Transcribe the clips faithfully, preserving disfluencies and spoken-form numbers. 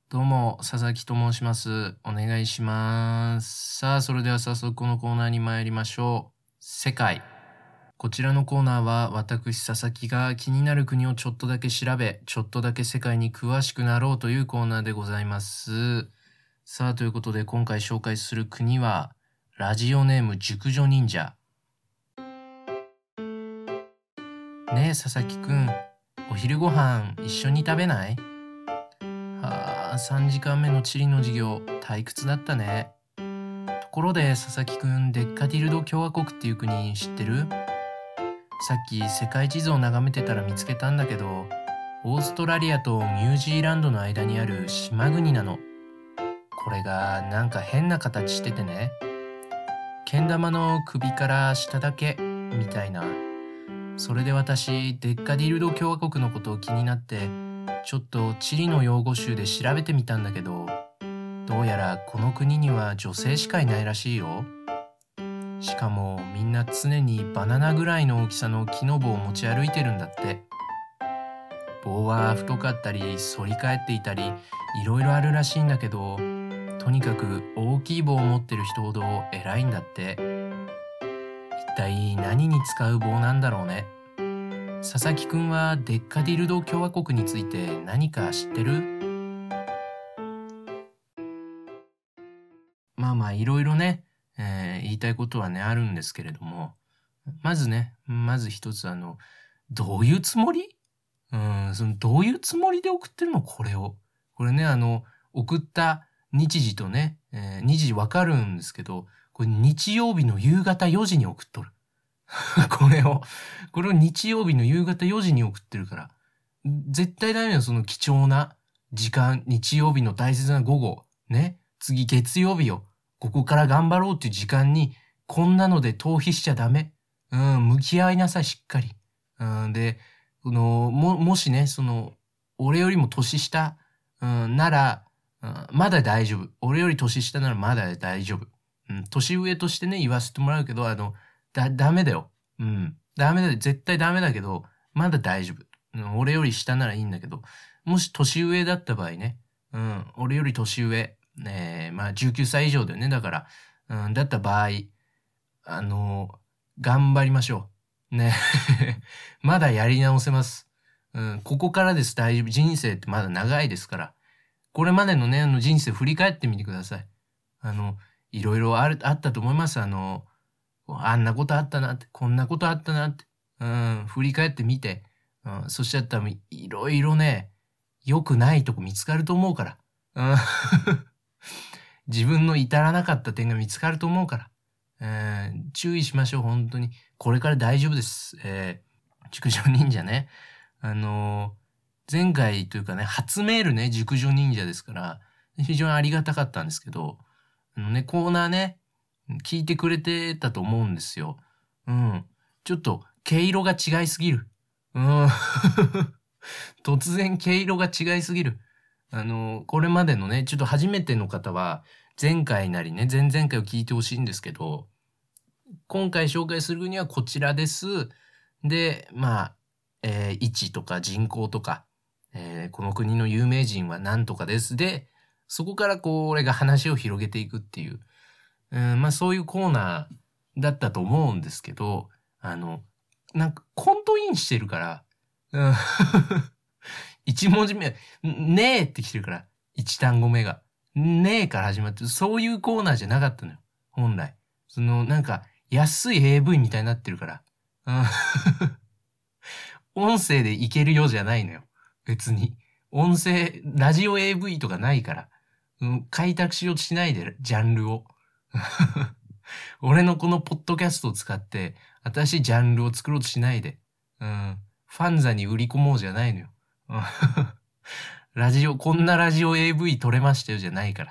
どうも、佐々木と申します。お願いします。さあ、それでは早速このコーナーに参りましょう。世界。こちらのコーナーは、私、佐々木が気になる国をちょっとだけ調べ、ちょっとだけ世界に詳しくなろうというコーナーでございます。さあ、ということで今回紹介する国は、ラジオネーム熟女忍者。ねえ、佐々木くん、お昼ご飯一緒に食べない？あー、さんじかんめの地理の授業、退屈だったね。ところで、佐々木くん、デッカディルド共和国っていう国知ってる？さっき世界地図を眺めてたら見つけたんだけど、オーストラリアとニュージーランドの間にある島国なの。これがなんか変な形しててね。けん玉の首から下だけ、みたいな。それで私、デッカディルド共和国のことを気になって、ちょっと地理の用語集で調べてみたんだけど、どうやらこの国には女性しかいないらしいよ。しかもみんな常にバナナぐらいの大きさの木の棒を持ち歩いてるんだって。棒は太かったり反り返っていたりいろいろあるらしいんだけど、とにかく大きい棒を持ってる人ほど偉いんだって。一体何に使う棒なんだろうね。佐々木くんはデッカディルド共和国について何か知ってる？まあまあいろいろね、えー言いたいことはねあるんですけれども、まずね、まず一つあの、どういうつもり？うん、そのどういうつもりで送ってるのこれを。これね、あの、送った日時とね、えー日時わかるんですけど、これ日曜日の夕方よじに送っとる。これを、これを日曜日の夕方よじに送ってるから。絶対ダメよ、その貴重な時間、日曜日の大切な午後。ね。次月曜日よ。ここから頑張ろうっていう時間に、こんなので逃避しちゃダメ。うん、向き合いなさい、しっかり。うん、で、この、も、もしね、その、俺よりも年下、うん、なら、うん、まだ大丈夫。俺より年下ならまだ大丈夫。うん、年上としてね、言わせてもらうけど、あの、だ、ダメだよ。うん。ダメだよ。絶対ダメだけど、まだ大丈夫。うん、俺より下ならいいんだけど、もし年上だった場合ね、うん、俺より年上、ねえ、まあじゅうきゅうさい以上だよね。だから、うん、だった場合、あの頑張りましょう。ね。まだやり直せます。うん、ここからです、大丈夫。人生ってまだ長いですから。これまでのね、あの人生振り返ってみてください。あの、いろいろある、あったと思います。あの、あんなことあったなって、こんなことあったなって、うん、振り返ってみて、うん、そしたら多分いろいろね、良くないとこ見つかると思うから。うん、自分の至らなかった点が見つかると思うから。えー注意しましょう、本当に。これから大丈夫です。えー、熟女忍者ね。あのー前回というかね、初メールね、熟女忍者ですから、非常にありがたかったんですけど、あのね、コーナーね、聞いてくれてたと思うんですよ。うん。ちょっと、毛色が違いすぎる。うん。突然毛色が違いすぎる。あの、これまでのね、ちょっと初めての方は、前回なりね、前々回を聞いてほしいんですけど、今回紹介するにはこちらです。で、まあ、えー位置とか人口とか、えーこの国の有名人は何とかです。で、そこからこう、俺が話を広げていくっていう、うん、まあそういうコーナーだったと思うんですけど、あの、なんかコントインしてるから、うん、一文字目、ねえって来てるから、一単語目が。ねえから始まってる、そういうコーナーじゃなかったのよ。本来。その、なんか、安い エーブイ みたいになってるから。うん、音声でいけるようじゃないのよ。別に。音声、ラジオ エーブイ とかないから。うん、開拓しようとしないで、ジャンルを。俺のこのポッドキャストを使って、新しいジャンルを作ろうとしないで。うん。ファンザに売り込もうじゃないのよ。うん、ラジオ、こんなラジオ エーブイ 撮れましたよじゃないから。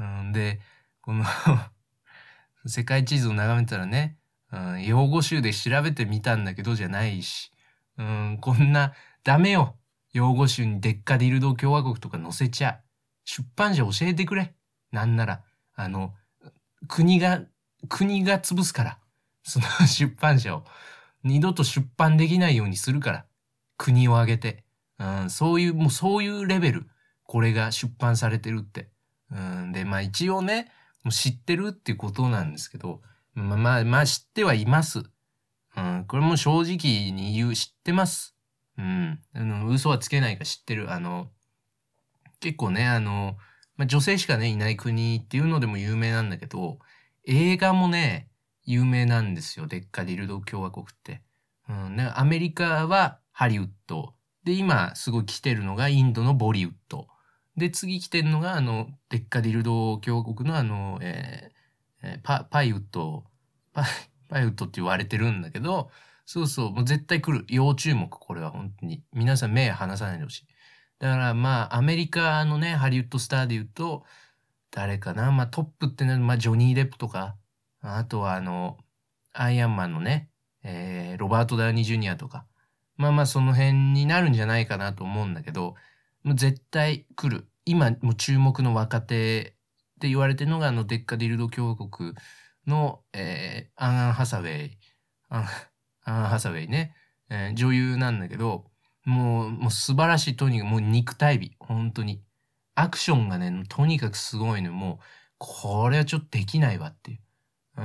うん、で、この世界地図を眺めたらね、うん、用語集で調べてみたんだけどじゃないし、うん、こんな、ダメよ。用語集にデッカディルド共和国とか載せちゃ。出版社教えてくれ。なんなら、あの、国が、国が潰すから。その出版社を。二度と出版できないようにするから。国を挙げて。うん、そういう、もうそういうレベル。 これが出版されてるって。うん、で、まあ一応ね、もう知ってるっていうことなんですけど、まあまあ、まあ知ってはいます。うん、これも正直に言う、知ってます。うん、あの、嘘はつけないか知ってる。あの、結構ね、あの、まあ、女性しかね、いない国っていうのでも有名なんだけど、映画もね、有名なんですよ。デッカディルド共和国って。うん、ね、アメリカはハリウッド。で、今すごい来てるのがインドのボリウッド。で、次来てるのが、あの、デッカディルド共和国のあの、えーえーパ、パイウッド、パイ、パイウッドって言われてるんだけど、そうそう、もう絶対来る。要注目、これは本当に。皆さん目離さないでほしい。だからまあ、アメリカのね、ハリウッドスターで言うと、誰かな、まあトップってね、まあジョニー・デップとか、あとはあの、アイアンマンのね、えー、ロバート・ダウニー・ジュニアとか、まあまあその辺になるんじゃないかなと思うんだけど、もう絶対来る。今もう注目の若手って言われてるのが、あの、デッカディルド共和国の、えー、アン・アン・ハサウェイ、アン、アン・ハサウェイね、えー女優なんだけど、もう、もう素晴らしい、とにかくもう肉体美、本当に。アクションがね、とにかくすごいの、もう、これはちょっとできないわっていう。うん、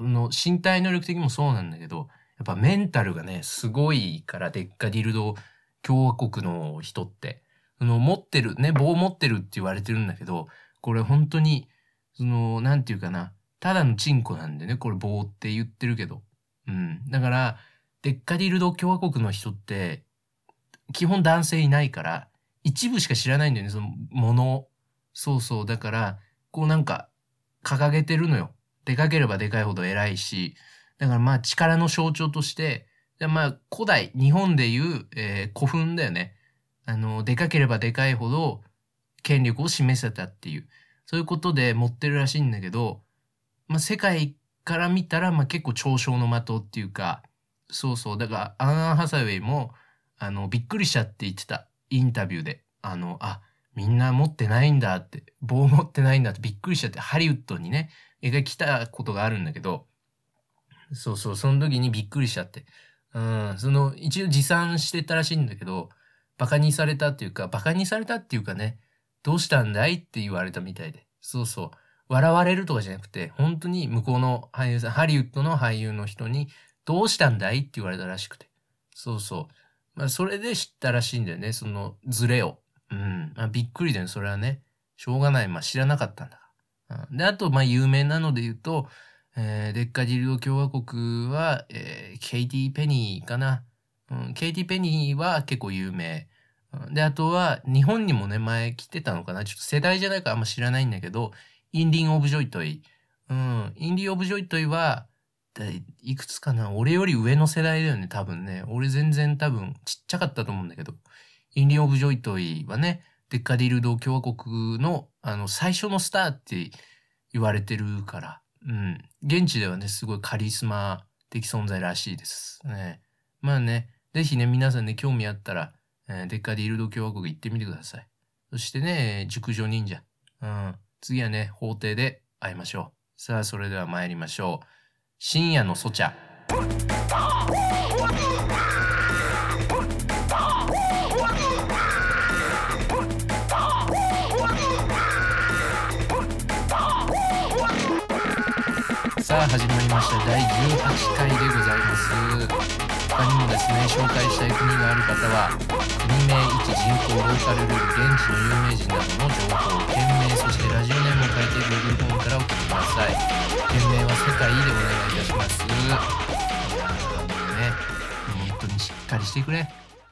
の身体能力的にもそうなんだけど、やっぱメンタルがね、すごいから、デッカディルド共和国の人って。その、持ってる、ね、棒持ってるって言われてるんだけど、これ本当に、その、なんていうかな、ただのチンコなんでね、これ棒って言ってるけど。うん。だから、デッカディルド共和国の人って、基本男性いないから、一部しか知らないんだよね、そのものを。そうそう。だから、こうなんか、掲げてるのよ。でかければでかいほど偉いし、だからまあ力の象徴として、でまあ古代、日本でいう、えー古墳だよね。あの、でかければでかいほど権力を示せたっていう、そういうことで持ってるらしいんだけど、まあ世界から見たら、まあ結構嘲笑の的っていうか、そうそう。だから、アン・アン・ハサウェイも、あの、びっくりしちゃって言ってた。インタビューで。あの、あ、みんな持ってないんだって、棒持ってないんだってびっくりしちゃって、ハリウッドにね、映画来たことがあるんだけど、そうそう、その時にびっくりしちゃって。うん、その、一応持参してたらしいんだけど、バカにされたっていうか、バカにされたっていうかね、どうしたんだいって言われたみたいで。そうそう。笑われるとかじゃなくて、本当に向こうの俳優さん、ハリウッドの俳優の人に、どうしたんだいって言われたらしくて。そうそう。まあ、それで知ったらしいんだよね、そのズレを。うん。まあ、びっくりだよね、それはね。しょうがない。まあ、知らなかったんだから。うん、で、あと、まあ、有名なので言うと、えー、デッカディルド共和国は、えー、ケイティ・ペニーかな。うん、ケイティ・ペニーは結構有名。うん、で、あとは、日本にもね、前来てたのかな。ちょっと世代じゃないからあんま知らないんだけど、インディン・オブ・ジョイトイ。うん、インディ・オブ・ジョイトイは、だいいくつかな、俺より上の世代だよね、多分ね。俺全然多分ちっちゃかったと思うんだけど。インディ・オブ・ジョイトイはね、デッカディルド共和国の、あの、最初のスターって言われてるから。うん。現地ではね、すごいカリスマ的存在らしいです。ね。まあね、ぜひね、皆さんね、興味あったら、えーデッカディルド共和国行ってみてください。そしてね、熟女忍者。うん。次はね、法廷で会いましょう。さあ、それでは参りましょう。深夜のソチャ。さあ始まりましただいじゅうはちかいでございます。他にもですね、紹介したい国がある方は、国名、位置、人口、ローカルルール、現地の有名人などの情報、県名、そしてラジオネームを書いて Google フォームから送ってください。県名は世界でお願いいたします。いやーね、本当にしっかりしてくれ。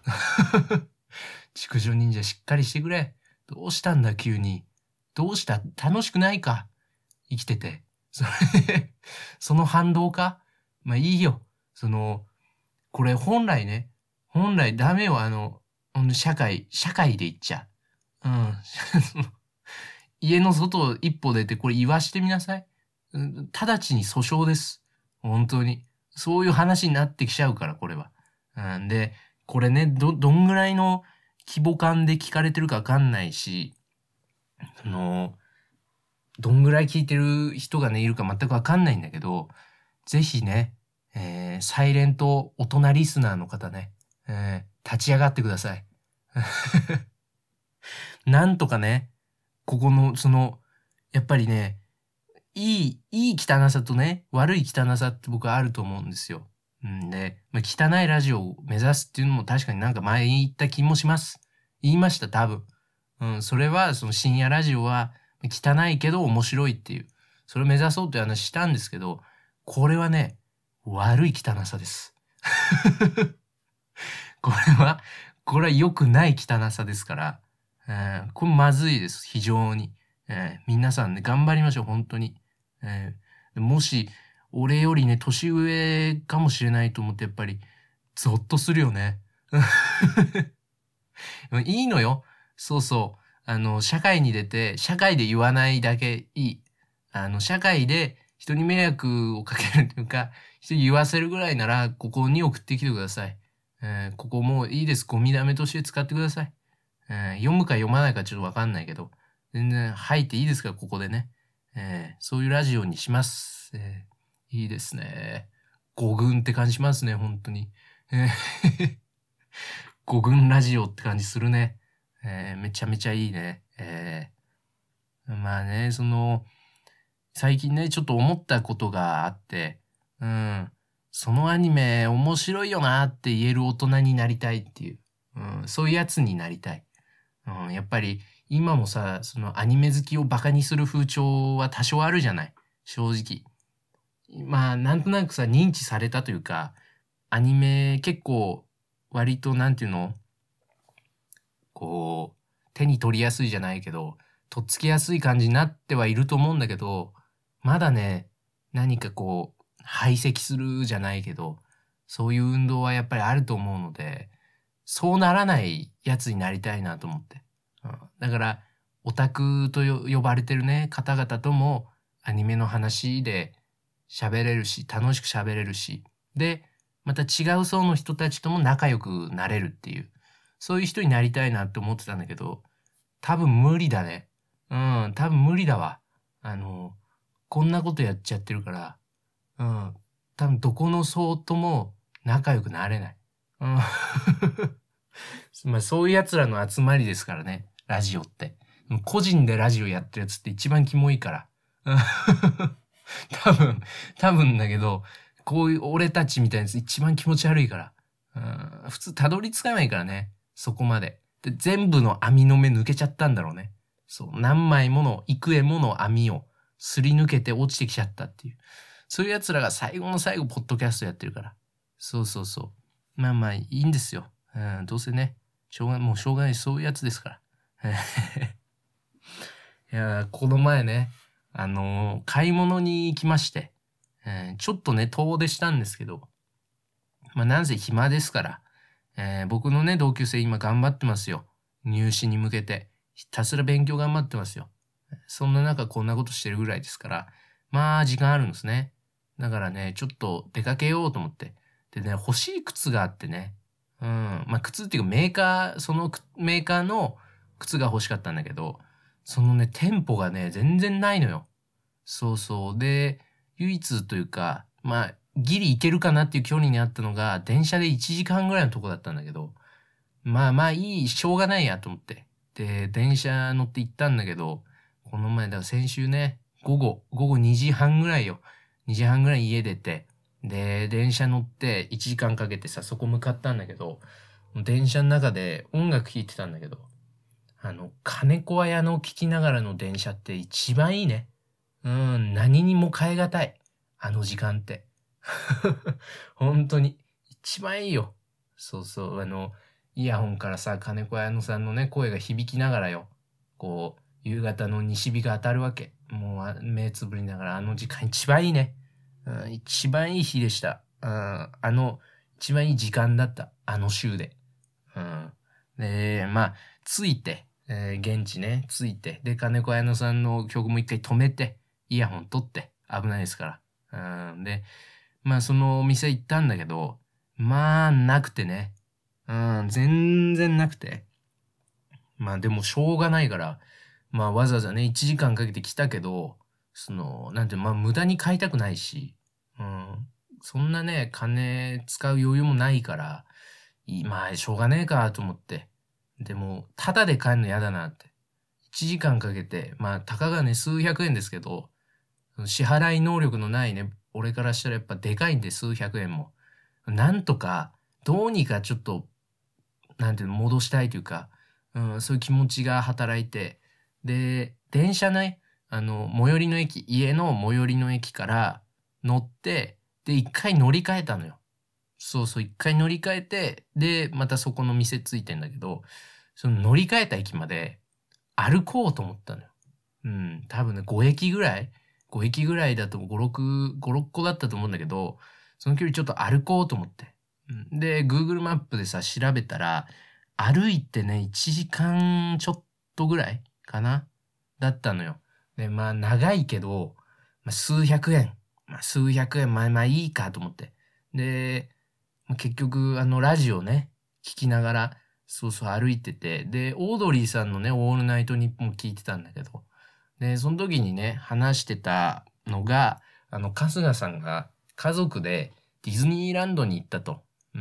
畜女忍者しっかりしてくれ。どうしたんだ急に。どうした、楽しくないか生きてて。それその反動か。まあいいよ。その、これ本来ね、本来ダメよ、あの、社会、社会で言っちゃう。うん。家の外を一歩出てこれ言わしてみなさい。直ちに訴訟です。本当に。そういう話になってきちゃうから、これは。うん、で、これね、ど、どんぐらいの規模感で聞かれてるかわかんないし、その、どんぐらい聞いてる人がね、いるか全くわかんないんだけど、ぜひね、えー、サイレント大人リスナーの方ね、えー、立ち上がってください。 なんとかね、ここの、その、やっぱりね、いい、いい汚さとね、悪い汚さって僕はあると思うんですよ。うんで、まあ、汚いラジオを目指すっていうのも確かになんか前言った気もします。言いました、多分。うん、それは、その深夜ラジオは汚いけど面白いっていう、それを目指そうという話したんですけど、これはね、悪い汚さです。これは、これは良くない汚さですから、えーこれまずいです、非常に。えー皆さんね、頑張りましょう、本当に。えーもし、俺よりね、年上かもしれないと思って、やっぱり、ゾッとするよね。いいのよ。そうそう。あの、社会に出て、社会で言わないだけいい。あの、社会で人に迷惑をかけるというか、人に言わせるぐらいなら、ここに送ってきてください。えーここもういいです。ゴミダメとして使ってください。えー読むか読まないかちょっとわかんないけど、全然入っていいですから、ここでね。えーそういうラジオにします。えーいいですね。五軍って感じしますね、本当に。えー五軍ラジオって感じするね。えーめちゃめちゃいいね。えーまあね、その、最近ね、ちょっと思ったことがあって、うん、そのアニメ面白いよなって言える大人になりたいっていう、うん、そういうやつになりたい。うん、やっぱり今もさ、そのアニメ好きをバカにする風潮は多少あるじゃない。正直。まあ、なんとなくさ、認知されたというか、アニメ結構割となんていうのこう、手に取りやすいじゃないけど、とっつきやすい感じになってはいると思うんだけど、まだね、何かこう、排斥するじゃないけど、そういう運動はやっぱりあると思うので、そうならないやつになりたいなと思って。うん、だから、オタクとよ呼ばれてるね、方々ともアニメの話で喋れるし、楽しく喋れるし、で、また違う層の人たちとも仲良くなれるっていう、そういう人になりたいなって思ってたんだけど、多分無理だね。うん、多分無理だわ。あの、こんなことやっちゃってるから、うん、多分どこの層とも仲良くなれない。うん。まあそういう奴らの集まりですからね、ラジオって。個人でラジオやってるやつって一番キモいから。うん多分、多分だけど、こういう俺たちみたいなやつ一番気持ち悪いから。うん、普通たどり着かないからね。そこまで。で、全部の網の目抜けちゃったんだろうね。そう。何枚もの、幾重もの網をすり抜けて落ちてきちゃったっていう。そういう奴らが最後の最後、ポッドキャストやってるから。そうそうそう。まあまあ、いいんですよ。うん、どうせね、しょうが、もうしょうがない、そういうやつですから。いやー、この前ね、あのー買い物に行きまして、えーちょっとね、遠出したんですけど、まあ、なんせ暇ですから、えー僕のね、同級生今頑張ってますよ。入試に向けて。ひたすら勉強頑張ってますよ。そんな中こんなことしてるぐらいですから、まあ時間あるんですね。だからね、ちょっと出かけようと思って。でね、欲しい靴があってね。うん。まあ靴っていうかメーカー、そのメーカーの靴が欲しかったんだけど、そのね、店舗がね、全然ないのよ。そうそう。で、唯一というか、まあ、ギリ行けるかなっていう距離にあったのが、電車でいちじかんぐらいのとこだったんだけど、まあまあいい、しょうがないやと思って。で、電車乗って行ったんだけど、この前、だから先週ね、午後、午後にじはんぐらいよ。にじはんぐらい家出て、で、電車乗っていちじかんかけてさ、そこ向かったんだけど、電車の中で音楽聴いてたんだけど、あの、金子屋の聴きながらの電車って一番いいね。うん、何にも代え難い。あの時間って。本当に。一番いいよ。そうそう。あの、イヤホンからさ、金子綾乃さんのね、声が響きながらよ。こう、夕方の西日が当たるわけ。もうあ、目つぶりながら、あの時間一番いいね。うん、一番いい日でした。うん、あの、一番いい時間だった。あの週で。うん。で、まあ、着いて、えー現地ね、着いて、で、金子綾乃さんの曲も一回止めて、イヤホン取って、危ないですから。うん、で、まあ、そのお店行ったんだけど、まあ、なくてね。うん、全然なくて。まあ、でもしょうがないから、まあ、わざわざね、いちじかんかけて来たけど、その、なんていうの、まあ、無駄に買いたくないし、うん、そんなね、金使う余裕もないから、いいまあ、しょうがねえかと思って。でも、ただで買えるの嫌だなって。 ちじかんかけて、まあ、たかがね、数百円ですけど、支払い能力のないね、俺からしたらやっぱでかいんで、数百円も。なんとか、どうにかちょっと、なんていうの、戻したいというか、うん、そういう気持ちが働いて、で、電車ね、あの、最寄りの駅、家の最寄りの駅から乗って、で、一回乗り換えたのよ。そうそう、一回乗り換えて、で、またそこの店ついてんだけど、その乗り換えた駅まで歩こうと思ったのよ。うん、多分ね、ご駅ぐらい ?ご 駅ぐらいだとご、ろく、ご、ろっこだったと思うんだけど、その距離ちょっと歩こうと思って。うん、で、Google マップでさ、調べたら、歩いてね、いちじかんちょっとぐらいかなだったのよ。で、まあ、長いけど、まあ、数百円。まあ、数百円、まあまあいいかと思って。で、まあ結局、あの、ラジオね、聞きながら、そうそう歩いてて、で、オードリーさんのね、オールナイトニッポン聞いてたんだけど、で、その時にね、話してたのが、あの、春日さんが家族でディズニーランドに行ったと。うん。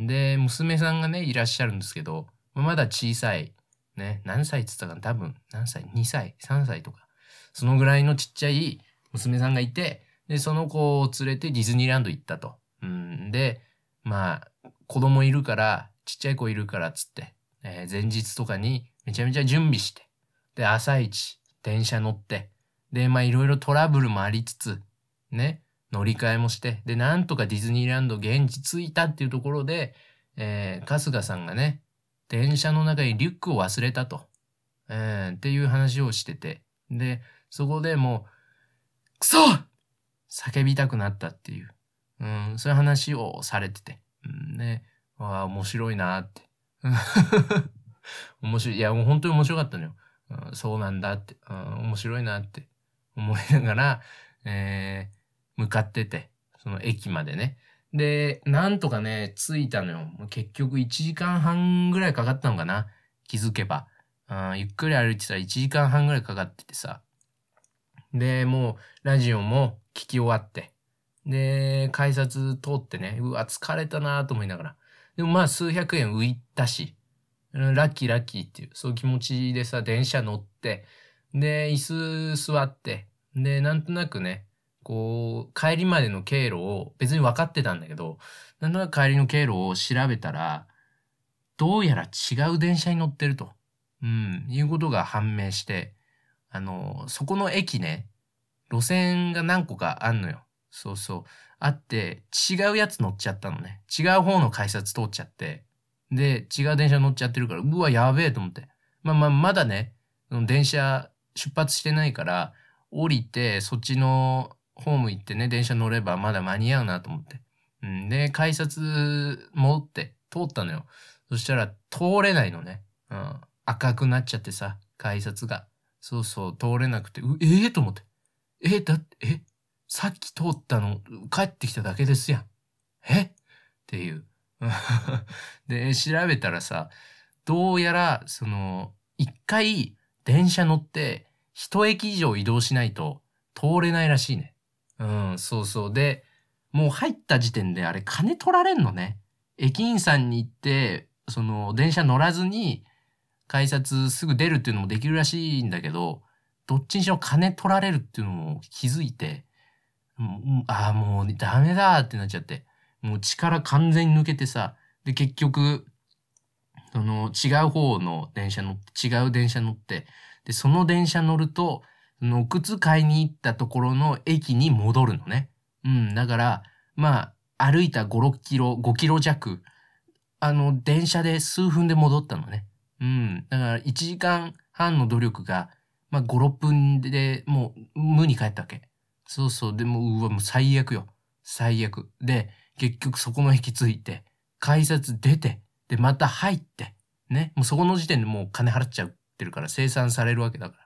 で、娘さんがね、いらっしゃるんですけど、まだ小さい、ね、何歳って言ったかな多分、何歳 ?に 歳 ?さん 歳とか。そのぐらいのちっちゃい娘さんがいて、で、その子を連れてディズニーランド行ったと。うん。で、まあ、子供いるから、ちっちゃい子いるからっつって、えー前日とかにめちゃめちゃ準備して、で、朝一、電車乗って、で、まあいろいろトラブルもありつつ、ね、乗り換えもして、で、なんとかディズニーランド現地着いたっていうところで、えー、春日さんがね、電車の中にリュックを忘れたと、えー、っていう話をしてて、で、そこでもう、クソ叫びたくなったっていう、うん、そういう話をされてて、うん、ね、ああ、面白いなーって。面白い。いや、もう本当に面白かったのよ。うん、そうなんだって、うん、面白いなって思いながら、えー向かってて、その駅までね。で、なんとかね、着いたのよ。もう結局いちじかんはんぐらいかかったのかな。気づけば。うん、ゆっくり歩いてたらいちじかんはんぐらいかかっててさ。で、もうラジオも聞き終わって。で、改札通ってね、うわ、疲れたなと思いながら。でもまあ数百円浮いたし、うんラッキーラッキーっていう、そういう気持ちでさ、電車乗って、で、椅子座って、で、なんとなくね、こう、帰りまでの経路を別に分かってたんだけど、なんとなく帰りの経路を調べたら、どうやら違う電車に乗ってると、うん、いうことが判明して、あの、そこの駅ね、路線が何個かあんのよ。そうそう。あって、違うやつ乗っちゃったのね。違う方の改札通っちゃって。で、違う電車乗っちゃってるから、うわ、やべえと思って。まあまあ、まだね、その電車出発してないから、降りて、そっちのホーム行ってね、電車乗ればまだ間に合うなと思って。うん、で、改札戻って通ったのよ。そしたら通れないのね。うん。赤くなっちゃってさ、改札が。そうそう、通れなくて、う、ええと思って。え、だって、え、さっき通ったの、帰ってきただけですやん。えっていう。で、調べたらさ、どうやら、その、一回電車乗って一駅以上移動しないと通れないらしいね。うん、そうそう。で、もう入った時点であれ金取られんのね。駅員さんに行って、その、電車乗らずに改札すぐ出るっていうのもできるらしいんだけど、どっちにしろ金取られるっていうのも気づいて、うんああ、もうダメだってなっちゃって。もう力完全に抜けてさ。で、結局、その違う方の電車乗って、違う電車乗って、で、その電車乗ると、その靴買いに行ったところの駅に戻るのね。うん、だから、まあ、歩いたご、ろっキロ、ごキロ弱、あの、電車で数分で戻ったのね。うん、だからいちじかんはんの努力が、まあ、ご、ろっぷんでもう無に帰ったわけ。そうそう。でも、うわ、もう最悪よ。最悪。で、結局そこの駅着いて、改札出て、で、また入って、ね。もうそこの時点でもう金払っちゃってるから生産されるわけだから。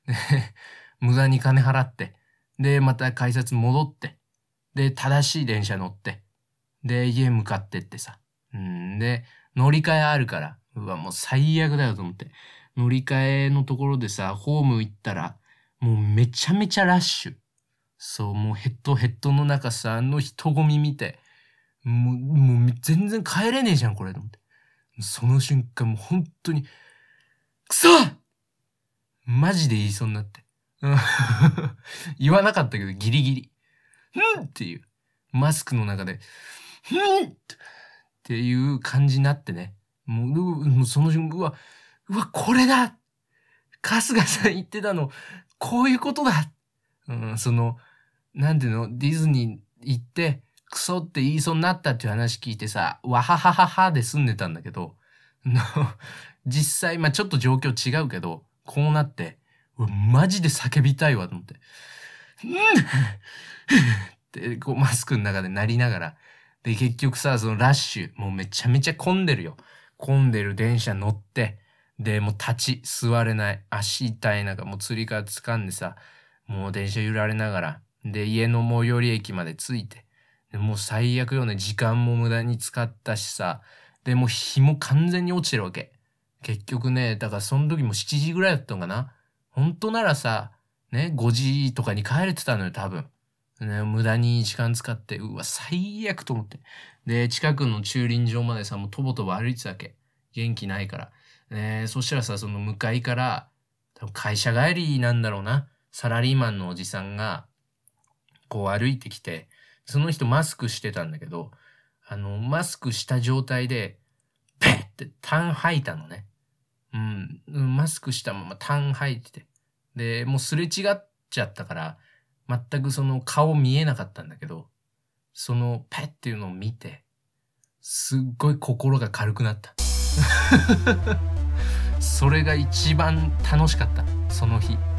で無駄に金払って、で、また改札戻って、で、正しい電車乗って、で、家向かってってさ。うんで、乗り換えあるから、うわ、もう最悪だよと思って。乗り換えのところでさ、ホーム行ったら、もうめちゃめちゃラッシュ。そう、もうヘッドヘッドの中さ、あの人混み見て、もう、もう全然帰れねえじゃん、これ。と思って。その瞬間、もう本当に、くそマジで言いそうになって。言わなかったけどギリギリ。うんっていう。マスクの中で、うんっていう感じになってね。もう、もうその瞬間、うわ、うわ、これだ春日さん言ってたの、こういうことだ、うん、その、なんていうの、ディズニー行って、クソって言いそうになったっていう話聞いてさ、わははははで済んでたんだけど、実際、まあちょっと状況違うけど、こうなって、うわマジで叫びたいわと思って。うんってこうマスクの中で鳴りながら。で、結局さ、そのラッシュ、もうめちゃめちゃ混んでるよ。混んでる電車乗って、で、もう立ち、座れない。足痛い中、もう釣りから掴んでさ、もう電車揺られながら、で、家の最寄り駅まで着いて、でもう最悪よね。時間も無駄に使ったしさ、で、もう日も完全に落ちてるわけ。結局ね、だからその時もしちじぐらいだったのかな。本当ならさ、ね、ごじとかに帰れてたのよ、多分。ね、無駄に時間使って、うわ、最悪と思って。で、近くの駐輪場までさ、もうとぼとぼ歩いてたわけ。元気ないから。ね、そしたらさ、その向かいから、多分会社帰りなんだろうな。サラリーマンのおじさんが、こう歩いてきて、その人マスクしてたんだけど、あの、マスクした状態で、ペッって痰吐いたのね。うん。マスクしたまま痰吐いてて。で、もうすれ違っちゃったから、全くその顔見えなかったんだけど、そのペッっていうのを見て、すっごい心が軽くなった。それが一番楽しかった、その日。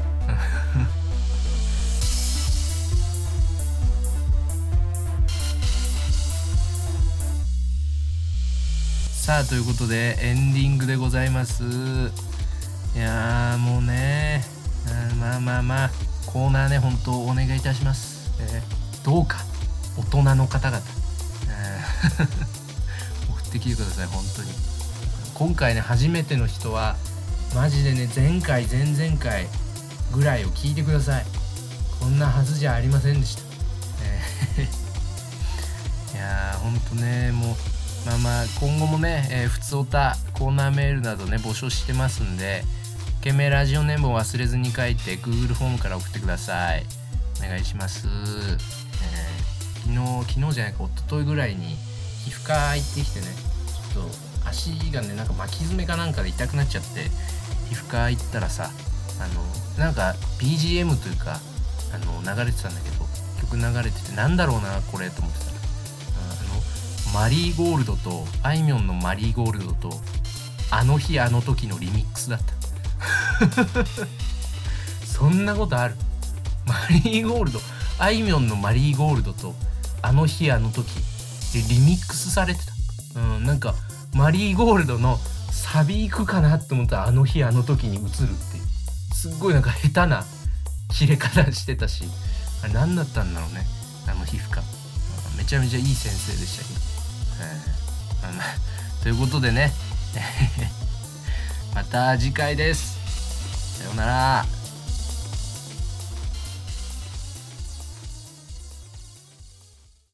さあ、ということでエンディングでございます。いやーもうね、まあまあまあ、コーナーね、本当お願いいたします。えー、どうか、大人の方々、えー、送ってきてください、本当に。今回ね、初めての人は、マジでね、前回、前々回ぐらいを聞いてください。こんなはずじゃありませんでした。えー、いやー、ほんとね、もう、まあまあ、今後もね、えー、ふつおた、コーナーメールなどね、募集してますんで、懸命ラジオネームを忘れずに書いて Google フォームから送ってください。お願いします。えー、昨日、昨日じゃないか、一昨日ぐらいに皮膚科行ってきてね、ちょっと足がね、なんか巻き爪かなんかで痛くなっちゃって、皮膚科行ったらさ、あの、なんか ビージーエム というか、あの、流れてたんだけど、曲流れてて、なんだろうな、これと思ってたら、あの、マリーゴールドと、あいみょんのマリーゴールドと、あの日あの時のリミックスだった。そんなことある？マリーゴールド、あいみょんのマリーゴールドとあの日あの時でリミックスされてた。うん、なんかマリーゴールドのサビ行くかなって思ったらあの日あの時に移るっていう、すっごいなんか下手な切れ方してたし、あれ何だったんだろうね、あの皮膚科。めちゃめちゃいい先生でしたけど、えーまあまあ、ということでねまた次回です。さようなら。